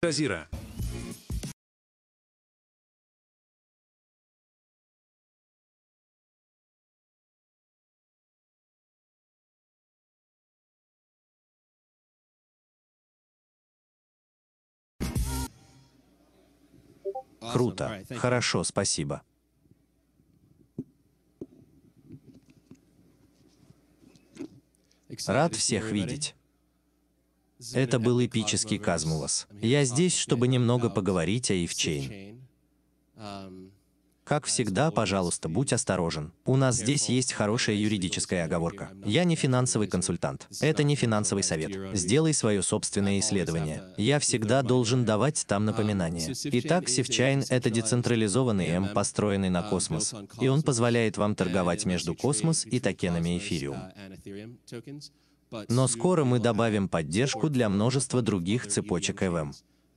Жазира. Круто. Хорошо, спасибо. Рад всех видеть. Это был эпический Казмулос. Я здесь, чтобы немного поговорить о Ивчейн. Как всегда, пожалуйста, будь осторожен. У нас здесь есть хорошая юридическая оговорка. Я не финансовый консультант. Это не финансовый совет. Сделай свое собственное исследование. Я всегда должен давать там напоминания. Итак, Сивчейн — это децентрализованный М, построенный на Космос, и он позволяет вам торговать между Космос и токенами Эфириум. Но скоро мы добавим поддержку для множества других цепочек ЭВМ.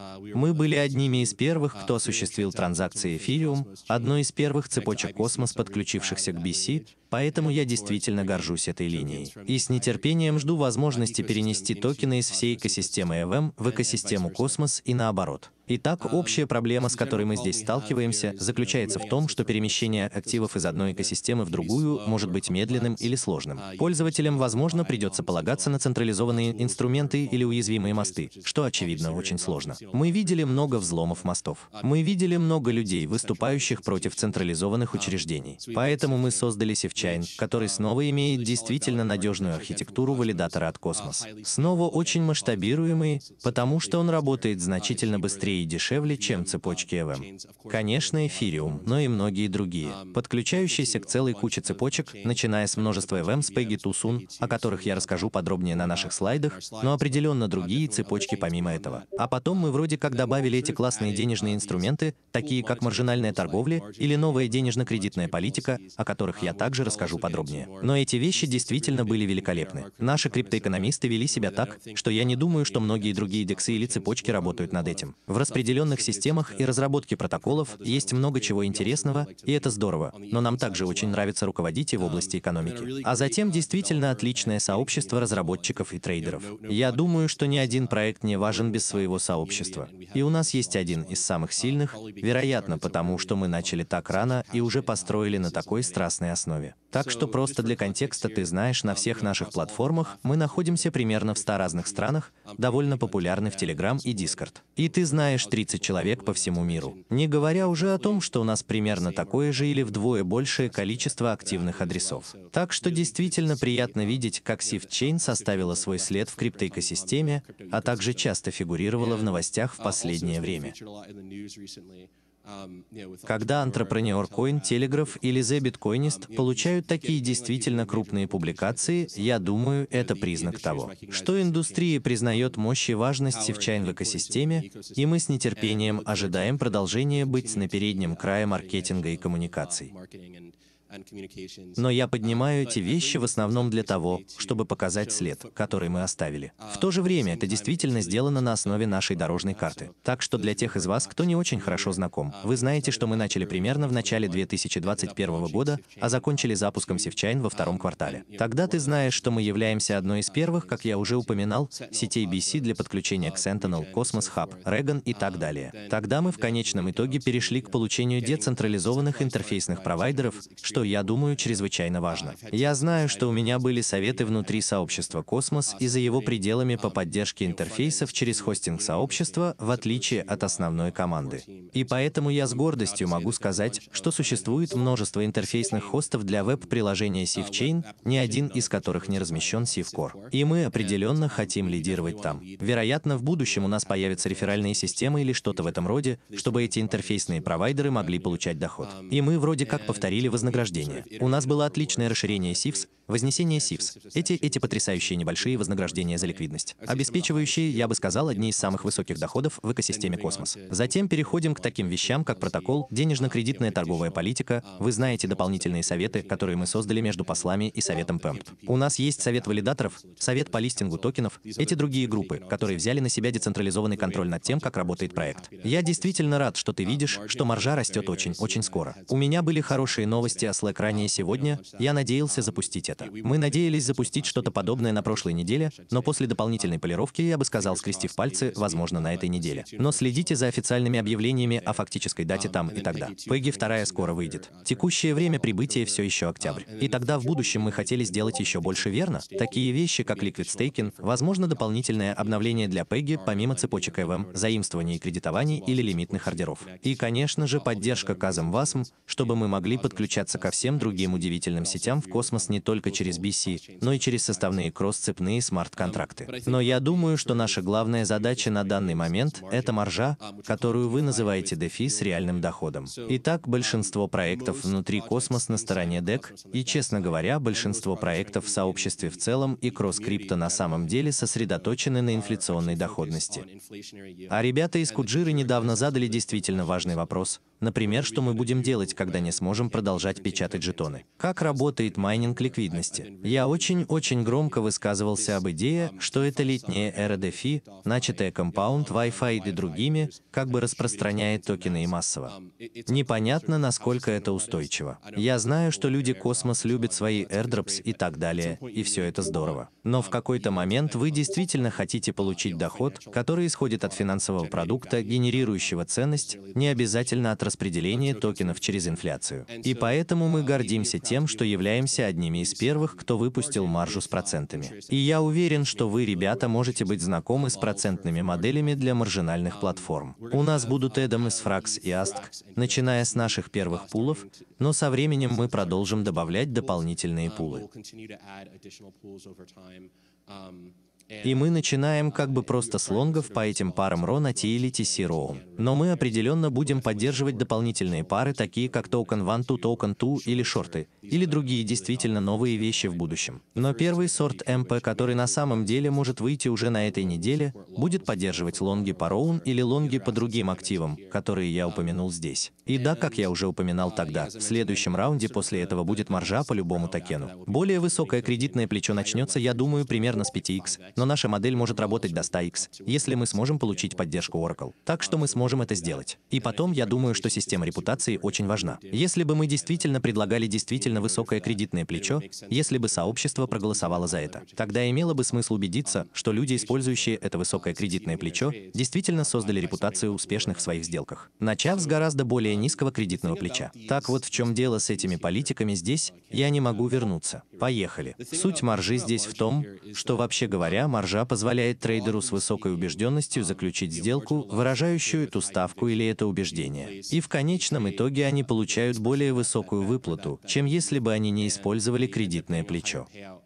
Мы были одними из первых, кто осуществил транзакции Эфириум, одной из первых цепочек Космос, подключившихся к BC, поэтому я действительно горжусь этой линией. И с нетерпением жду возможности перенести токены из всей экосистемы ЭВМ в экосистему Космос и наоборот. Итак, общая проблема, с которой мы здесь сталкиваемся, заключается в том, что перемещение активов из одной экосистемы в другую может быть медленным или сложным. Пользователям, возможно, придется полагаться на централизованные инструменты или уязвимые мосты, что, очевидно, очень сложно. Мы видели много взломов мостов. Мы видели много людей, выступающих против централизованных учреждений. Поэтому мы создали Сивчейн, который снова имеет действительно надежную архитектуру валидатора от Космос. Снова очень масштабируемый, потому что он работает значительно быстрее и дешевле, чем цепочки ЭВМ. Конечно, Эфириум, но и многие другие, подключающиеся к целой куче цепочек, начиная с множества ЭВМ с Peggy 2 Sun, о которых я расскажу подробнее на наших слайдах, но определенно другие цепочки помимо этого. А потом мы вроде как добавили эти классные денежные инструменты, такие как маржинальная торговля или новая денежно-кредитная политика, о которых я также расскажу подробнее. Но эти вещи действительно были великолепны. Наши криптоэкономисты вели себя так, что я не думаю, что многие другие дексы или цепочки работают над этим. В распределенных системах и разработке протоколов есть много чего интересного, и это здорово, но нам также очень нравится руководить и в области экономики. А затем действительно отличное сообщество разработчиков и трейдеров. Я думаю, что ни один проект не важен без своего сообщества. И у нас есть один из самых сильных, вероятно, потому что мы начали так рано и уже построили на такой страстной основе. Так что просто для контекста ты знаешь, на всех наших платформах мы находимся примерно в 100 разных странах, довольно популярны в Telegram и Discord. И ты знаешь 30 человек по всему миру. Не говоря уже о том, что у нас примерно такое же или вдвое большее количество активных адресов. Так что действительно приятно видеть, как Сивчейн составила свой след в криптоэкосистеме, а также часто фигурировала в новостях в последнее время. Когда Entrepreneur Coin, Telegraph или The Bitcoinist получают такие действительно крупные публикации, я думаю, это признак того, что индустрия признает мощь и важность Сивчейн в экосистеме, и мы с нетерпением ожидаем продолжения быть на переднем крае маркетинга и коммуникаций. Но я поднимаю эти вещи в основном для того, чтобы показать след, который мы оставили. В то же время это действительно сделано на основе нашей дорожной карты. Так что для тех из вас, кто не очень хорошо знаком, вы знаете, что мы начали примерно в начале 2021 года, а закончили запуском Сивчейн во втором квартале. Тогда ты знаешь, что мы являемся одной из первых, как я уже упоминал, сетей BC для подключения к Sentinel, Cosmos Hub, Regon и так далее. Тогда мы в конечном итоге перешли к получению децентрализованных интерфейсных провайдеров, что, я думаю, чрезвычайно важно. Я знаю, что у меня были советы внутри сообщества Космос и за его пределами по поддержке интерфейсов через хостинг сообщества, в отличие от основной команды. И поэтому я с гордостью могу сказать, что существует множество интерфейсных хостов для веб-приложения Сивчейн, ни один из которых не размещен Сивкор. И мы определенно хотим лидировать там. Вероятно, в будущем у нас появятся реферальные системы или что-то в этом роде, чтобы эти интерфейсные провайдеры могли получать доход. И мы вроде как повторили вознаграждение. У нас было отличное расширение SIVs, вознесение SIVs. Эти потрясающие небольшие вознаграждения за ликвидность, обеспечивающие, я бы сказал, одни из самых высоких доходов в экосистеме Космос. Затем переходим к таким вещам, как протокол, денежно-кредитная торговая политика. Вы знаете дополнительные советы, которые мы создали между послами и советом PEMP. У нас есть совет валидаторов, совет по листингу токенов, эти другие группы, которые взяли на себя децентрализованный контроль над тем, как работает проект. Я действительно рад, что ты видишь, что маржа растет очень скоро. У меня были хорошие новости о Slack ранее сегодня, я надеялся запустить это. Мы надеялись запустить что-то подобное на прошлой неделе, но после дополнительной полировки, я бы сказал, скрестив пальцы, возможно, на этой неделе. Но следите за официальными объявлениями о фактической дате там и тогда. Peggy 2 скоро выйдет. Текущее время прибытия все еще октябрь. И тогда в будущем мы хотели сделать еще больше, верно? Такие вещи, как Liquid Staking, возможно, дополнительное обновление для Peggy, помимо цепочек EVM, заимствований и кредитований или лимитных ордеров. И, конечно же, поддержка Chasm WASM, чтобы мы могли подключаться ко всем другим удивительным сетям в космос не только через BC, но и через составные кросс-цепные смарт-контракты. Но я думаю, что наша главная задача на данный момент — это маржа, которую вы называете DeFi с реальным доходом. Итак, большинство проектов внутри космос на стороне DEC, и, честно говоря, большинство проектов в сообществе в целом и кросс-крипто на самом деле сосредоточены на инфляционной доходности. А ребята из Куджиры недавно задали действительно важный вопрос. Например, что мы будем делать, когда не сможем продолжать печатать жетоны? Как работает майнинг ликвидности? Я очень громко высказывался об идее, что это летняя эра DeFi, начатая Compound, Wi-Fi и другими, как бы распространяет токены и массово. Непонятно, насколько это устойчиво. Я знаю, что люди космос любят свои airdrops и так далее, и все это здорово. Но в какой-то момент вы действительно хотите получить доход, который исходит от финансового продукта, генерирующего ценность, не обязательно от распределения токенов через инфляцию. И поэтому мы гордимся тем, что являемся одними из первых, кто выпустил маржу с процентами. И я уверен, что вы, ребята, можете быть знакомы с процентными моделями для маржинальных платформ. У нас будут Edems, Frax и Ask, начиная с наших первых пулов, но со временем мы продолжим добавлять дополнительные пулы. И мы начинаем как бы просто с лонгов по этим парам RON, AT или TC RON. Но мы определенно будем поддерживать дополнительные пары, такие как Token 1 to Token 2 или шорты, или другие действительно новые вещи в будущем. Но первый сорт MP, который на самом деле может выйти уже на этой неделе, будет поддерживать лонги по RON или лонги по другим активам, которые я упомянул здесь. И да, как я уже упоминал тогда, в следующем раунде после этого будет маржа по любому токену. Более высокое кредитное плечо начнется, я думаю, примерно с 5x. Но наша модель может работать до 100x, если мы сможем получить поддержку Oracle. Так что мы сможем это сделать. И потом, я думаю, что система репутации очень важна. Если бы мы действительно предлагали действительно высокое кредитное плечо, если бы сообщество проголосовало за это, тогда имело бы смысл убедиться, что люди, использующие это высокое кредитное плечо, действительно создали репутацию успешных в своих сделках, начав с гораздо более низкого кредитного плеча. Так вот в чем дело с этими политиками здесь, я не могу вернуться. Поехали. Суть маржи здесь в том, что, вообще говоря, маржа позволяет трейдеру с высокой убежденностью заключить сделку, выражающую эту ставку или это убеждение. И в конечном итоге они получают более высокую выплату, чем если бы они не использовали кредитное плечо.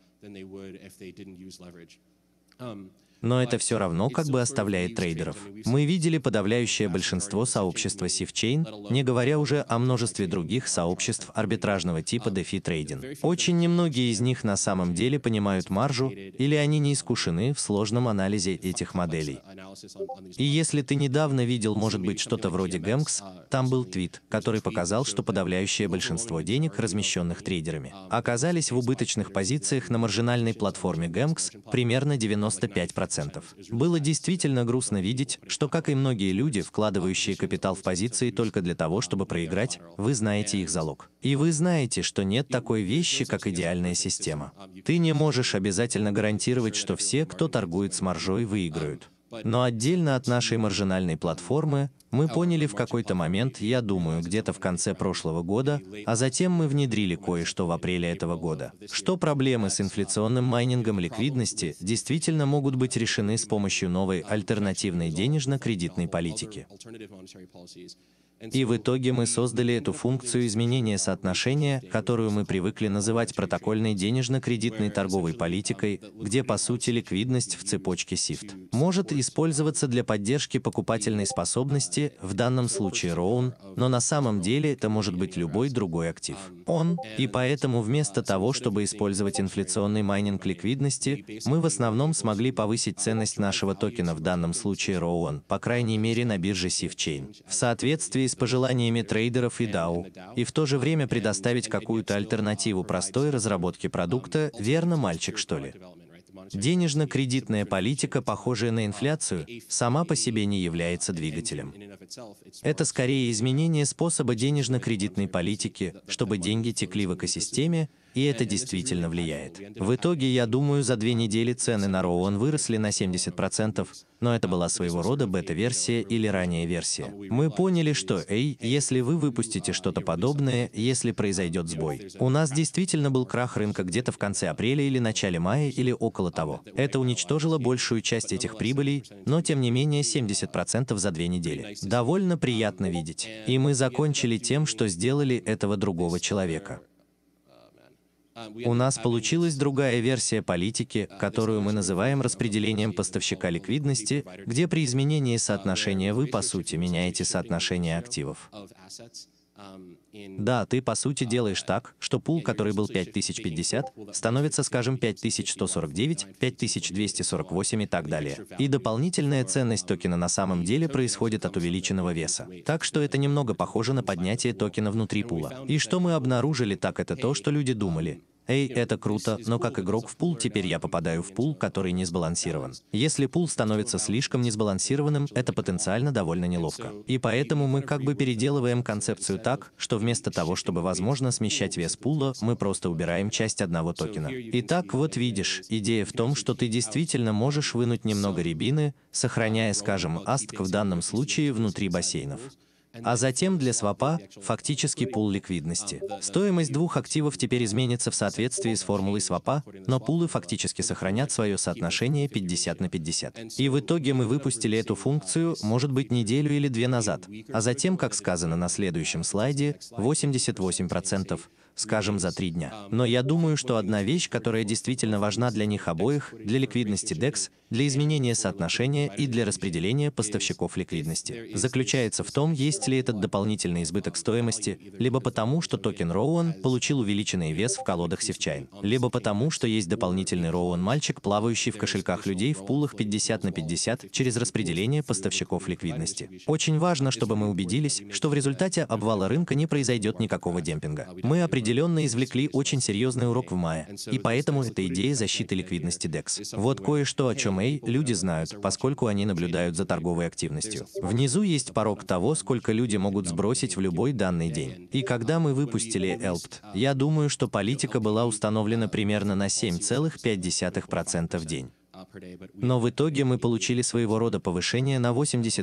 Но это все равно как бы оставляет трейдеров. Мы видели подавляющее большинство сообщества SafeChain, не говоря уже о множестве других сообществ арбитражного типа DeFi Trading. Очень немногие из них на самом деле понимают маржу, или они не искушены в сложном анализе этих моделей. И если ты недавно видел, может быть, что-то вроде GEMX, там был твит, который показал, что подавляющее большинство денег, размещенных трейдерами, оказались в убыточных позициях на маржинальной платформе GEMX, примерно 95%. Было действительно грустно видеть, что, как и многие люди, вкладывающие капитал в позиции только для того, чтобы проиграть, вы знаете их залог. И вы знаете, что нет такой вещи, как идеальная система. Ты не можешь обязательно гарантировать, что все, кто торгует с маржой, выиграют. Но отдельно от нашей маржинальной платформы, мы поняли в какой-то момент, я думаю, где-то в конце прошлого года, а затем мы внедрили кое-что в апреле этого года, что проблемы с инфляционным майнингом ликвидности действительно могут быть решены с помощью новой альтернативной денежно-кредитной политики. И в итоге мы создали эту функцию изменения соотношения, которую мы привыкли называть протокольной денежно-кредитной торговой политикой, где, по сути, ликвидность в цепочке SIFT может использоваться для поддержки покупательной способности, в данном случае RON, но на самом деле это может быть любой другой актив. И поэтому вместо того, чтобы использовать инфляционный майнинг ликвидности, мы в основном смогли повысить ценность нашего токена, в данном случае RON, по крайней мере на бирже SafeChain, в соответствии с пожеланиями трейдеров и DAO, и в то же время предоставить какую-то альтернативу простой разработке продукта, верно, мальчик, что ли? Денежно-кредитная политика, похожая на инфляцию, сама по себе не является двигателем. Это скорее изменение способа денежно-кредитной политики, чтобы деньги текли в экосистеме, и это действительно влияет. В итоге, я думаю, за 2 недели цены на Rowan выросли на 70%, но это была своего рода бета-версия или ранняя версия. Мы поняли, что, если вы выпустите что-то подобное, если произойдет сбой. У нас действительно был крах рынка где-то в конце апреля или начале мая или около того. Это уничтожило большую часть этих прибылей, но тем не менее 70% за 2 недели. Довольно приятно видеть. И мы закончили тем, что сделали этого другого человека. У нас получилась другая версия политики, которую мы называем распределением поставщика ликвидности, где при изменении соотношения вы, по сути, меняете соотношение активов. Да, ты, по сути, делаешь так, что пул, который был 5050, становится, скажем, 5149, 5248 и так далее. И дополнительная ценность токена на самом деле происходит от увеличенного веса. Так что это немного похоже на поднятие токена внутри пула. И что мы обнаружили, так это то, что люди думали: это круто, но как игрок в пул теперь я попадаю в пул, который не сбалансирован. Если пул становится слишком несбалансированным, это потенциально довольно неловко. И поэтому мы как бы переделываем концепцию так, что вместо того, чтобы, возможно, смещать вес пула, мы просто убираем часть одного токена. Итак, вот видишь, идея в том, что ты действительно можешь вынуть немного рябины, сохраняя, скажем, астк в данном случае внутри бассейнов. А затем для свапа фактически пул ликвидности. Стоимость двух активов теперь изменится в соответствии с формулой свапа, но пулы фактически сохранят свое соотношение 50/50. И в итоге мы выпустили эту функцию, может быть, неделю или 2 назад. А затем, как сказано на следующем слайде, 88%. Скажем, за 3 дня. Но я думаю, что одна вещь, которая действительно важна для них обоих, для ликвидности DEX, для изменения соотношения и для распределения поставщиков ликвидности, заключается в том, есть ли этот дополнительный избыток стоимости, либо потому, что токен Rowan получил увеличенный вес в колодах Safechain, либо потому, что есть дополнительный Rowan мальчик, плавающий в кошельках людей в пулах 50/50 через распределение поставщиков ликвидности. Очень важно, чтобы мы убедились, что в результате обвала рынка не произойдет никакого демпинга. Мы определенно извлекли очень серьезный урок в мае, и поэтому это идея защиты ликвидности DEX. Вот кое-что, о чем люди знают, поскольку они наблюдают за торговой активностью. Внизу есть порог того, сколько люди могут сбросить в любой данный день. И когда мы выпустили ELPT, я думаю, что политика была установлена примерно на 7,5% в день. Но в итоге мы получили своего рода повышение на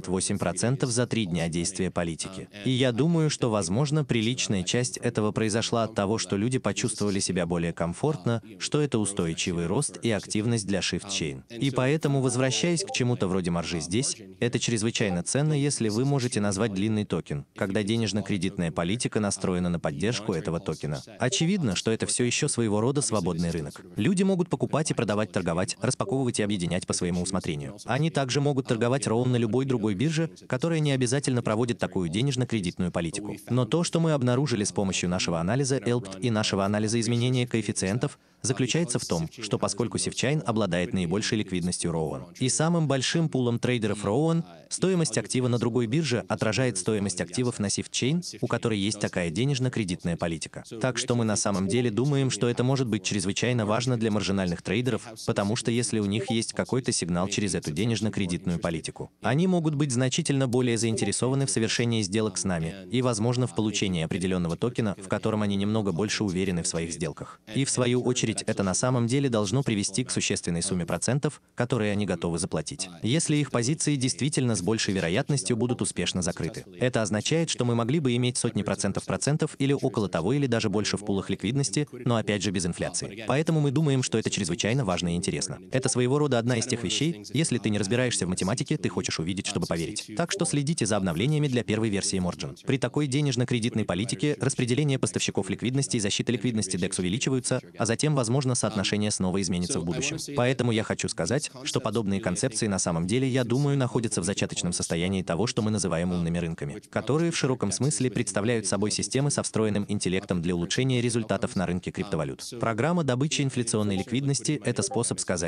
88% за 3 дня действия политики. И я думаю, что, возможно, приличная часть этого произошла от того, что люди почувствовали себя более комфортно, что это устойчивый рост и активность для Shift-Chain. И поэтому, возвращаясь к чему-то вроде маржи здесь, это чрезвычайно ценно, если вы можете назвать длинный токен, когда денежно-кредитная политика настроена на поддержку этого токена. Очевидно, что это все еще своего рода свободный рынок. Люди могут покупать и продавать, торговать, распаковывать и объединять по своему усмотрению. Они также могут торговать Rowan на любой другой бирже, которая не обязательно проводит такую денежно-кредитную политику. Но то, что мы обнаружили с помощью нашего анализа ELPT и нашего анализа изменения коэффициентов, заключается в том, что поскольку Safechain обладает наибольшей ликвидностью Rowan и самым большим пулом трейдеров Rowan, стоимость актива на другой бирже отражает стоимость активов на Safechain, у которой есть такая денежно-кредитная политика. Так что мы на самом деле думаем, что это может быть чрезвычайно важно для маржинальных трейдеров, потому что если у них есть какой-то сигнал через эту денежно-кредитную политику, они могут быть значительно более заинтересованы в совершении сделок с нами и, возможно, в получении определенного токена, в котором они немного больше уверены в своих сделках. И в свою очередь, это на самом деле должно привести к существенной сумме процентов, которые они готовы заплатить, если их позиции действительно с большей вероятностью будут успешно закрыты. Это означает, что мы могли бы иметь сотни процентов или около того, или даже больше в пулах ликвидности, но опять же без инфляции. Поэтому мы думаем, что это чрезвычайно важно и интересно. Это своего рода одна из тех вещей, если ты не разбираешься в математике, ты хочешь увидеть, чтобы поверить. Так что следите за обновлениями для первой версии Morgen. При такой денежно-кредитной политике распределение поставщиков ликвидности и защита ликвидности DEX увеличиваются, а затем, возможно, соотношение снова изменится в будущем. Поэтому я хочу сказать, что подобные концепции на самом деле, я думаю, находятся в зачаточном состоянии того, что мы называем умными рынками, которые в широком смысле представляют собой системы со встроенным интеллектом для улучшения результатов на рынке криптовалют. Программа добычи инфляционной ликвидности — это способ сказать: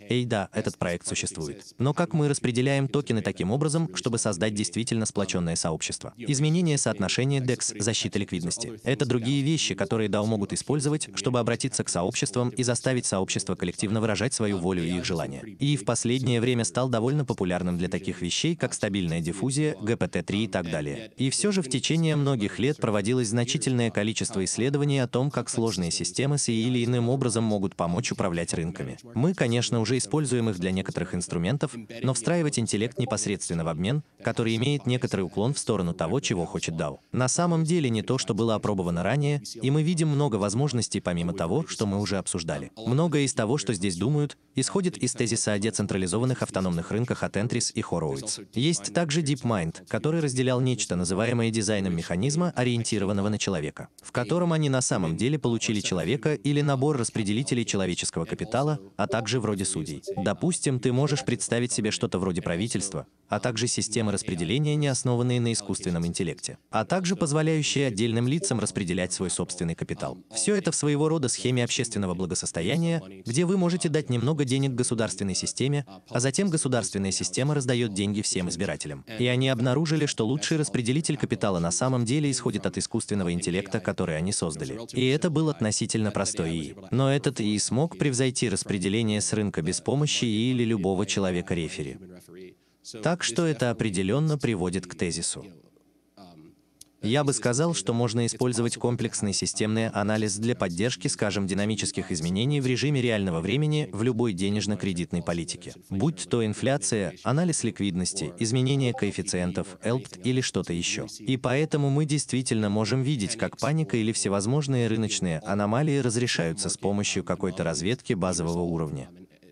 Эй, да, этот проект существует. Но как мы распределяем токены таким образом, чтобы создать действительно сплоченное сообщество? Изменение соотношения DEX, защита ликвидности. Это другие вещи, которые DAO могут использовать, чтобы обратиться к сообществам и заставить сообщество коллективно выражать свою волю и их желания. И в последнее время стал довольно популярным для таких вещей, как стабильная диффузия, GPT-3 и так далее. И все же в течение многих лет проводилось значительное количество исследований о том, как сложные системы с или иным образом могут помочь управлять рынками. Мы, конечно, уже используем их для некоторых инструментов, но встраивать интеллект непосредственно в обмен, который имеет некоторый уклон в сторону того, чего хочет DAO. На самом деле не то, что было опробовано ранее, и мы видим много возможностей помимо того, что мы уже обсуждали. Многое из того, что здесь думают, исходит из тезиса о децентрализованных автономных рынках от Entris и Horowitz. Есть также DeepMind, который разделял нечто, называемое дизайном механизма, ориентированного на человека, в котором они на самом деле получили человека или набор распределителей человеческого капитала, а также вроде судей. Допустим, ты можешь представить себе что-то вроде правительства, а также системы распределения, не основанные на искусственном интеллекте, а также позволяющие отдельным лицам распределять свой собственный капитал. Все это в своего рода схеме общественного благосостояния, где вы можете дать немного денег государственной системе, а затем государственная система раздает деньги всем избирателям. И они обнаружили, что лучший распределитель капитала на самом деле исходит от искусственного интеллекта, который они создали. И это был относительно простой ИИ. Но этот ИИ смог превзойти распределение с рынка без помощи ИИ или любого человека-рефери. Так что это определенно приводит к тезису. Я бы сказал, что можно использовать комплексный системный анализ для поддержки, скажем, динамических изменений в режиме реального времени в любой денежно-кредитной политике. Будь то инфляция, анализ ликвидности, изменение коэффициентов, ELPT или что-то еще. И поэтому мы действительно можем видеть, как паника или всевозможные рыночные аномалии разрешаются с помощью какой-то разведки базового уровня.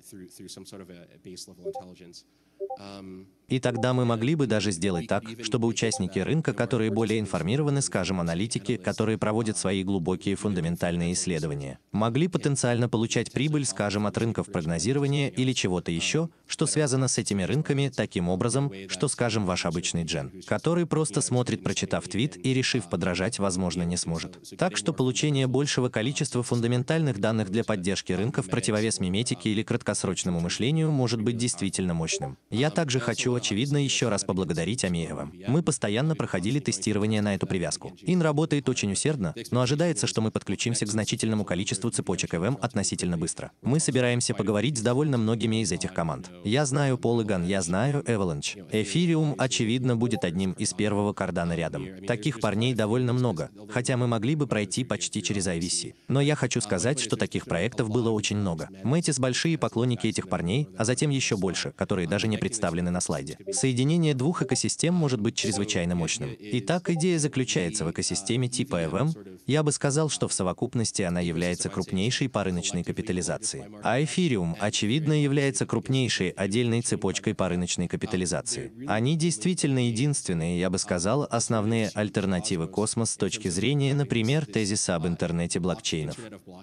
И тогда мы могли бы даже сделать так, чтобы участники рынка, которые более информированы, скажем, аналитики, которые проводят свои глубокие фундаментальные исследования, могли потенциально получать прибыль, скажем, от рынков прогнозирования или чего-то еще, что связано с этими рынками, таким образом, что, скажем, ваш обычный Джен, который просто смотрит, прочитав твит и решив подражать, возможно, не сможет. Так что получение большего количества фундаментальных данных для поддержки рынка в противовес миметике или краткосрочному мышлению может быть действительно мощным. Я также хочу, очевидно, еще раз поблагодарить Амиева. Мы постоянно проходили тестирование на эту привязку. ИН работает очень усердно, но ожидается, что мы подключимся к значительному количеству цепочек ЭВМ относительно быстро. Мы собираемся поговорить с довольно многими из этих команд. Я знаю Polygon, я знаю Avalanche. Ethereum, очевидно, будет одним из первого кардана рядом. Таких парней довольно много, хотя мы могли бы пройти почти через IVC. Но я хочу сказать, что таких проектов было очень много. Мэтис большие поклонники этих парней, а затем еще больше, которые даже не представлены на слайде. Соединение двух экосистем может быть чрезвычайно мощным. Итак, идея заключается в экосистеме типа EVM. Я бы сказал, что в совокупности она является крупнейшей по рыночной капитализации. А Ethereum, очевидно, является крупнейшей отдельной цепочкой по рыночной капитализации. Они действительно единственные, я бы сказал, основные альтернативы Космос с точки зрения, например, тезиса об интернете блокчейнов.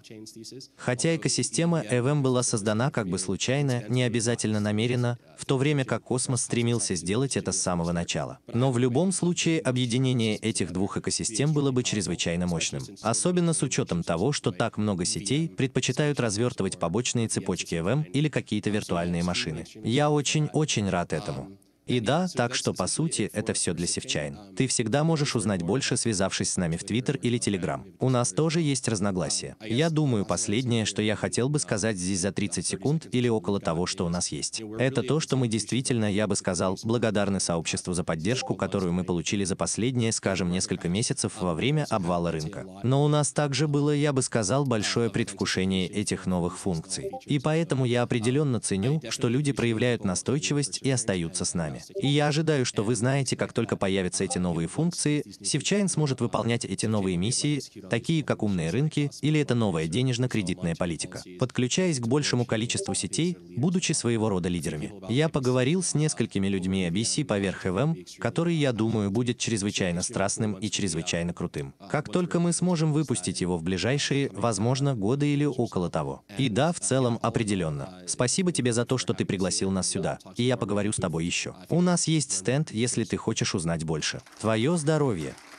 Хотя экосистема EVM была создана как бы случайно, не обязательно намеренно, в то время как Космос стремился сделать это с самого начала. Но в любом случае объединение этих двух экосистем было бы чрезвычайно мощным. Особенно с учетом того, что так много сетей предпочитают развертывать побочные цепочки EVM или какие-то виртуальные машины. Я очень-очень рад этому. И да, так что по сути это все для Севчайн. Ты всегда можешь узнать больше, связавшись с нами в Twitter или Telegram. У нас тоже есть разногласия. Я думаю, последнее, что я хотел бы сказать здесь за 30 секунд или около того, что у нас есть. Это то, что мы действительно, я бы сказал, благодарны сообществу за поддержку, которую мы получили за последние, скажем, несколько месяцев во время обвала рынка. Но у нас также было, я бы сказал, большое предвкушение этих новых функций. И поэтому я определенно ценю, что люди проявляют настойчивость и остаются с нами. И я ожидаю, что вы знаете, как только появятся эти новые функции, Севчайн сможет выполнять эти новые миссии, такие как умные рынки или это новая денежно-кредитная политика, подключаясь к большему количеству сетей, будучи своего рода лидерами. Я поговорил с несколькими людьми о BC поверх EVM, который, я думаю, будет чрезвычайно страстным и чрезвычайно крутым. Как только мы сможем выпустить его в ближайшие, возможно, годы или около того. И да, в целом, определенно. Спасибо тебе за то, что ты пригласил нас сюда, и я поговорю с тобой еще. У нас есть стенд, если ты хочешь узнать больше. Твое здоровье!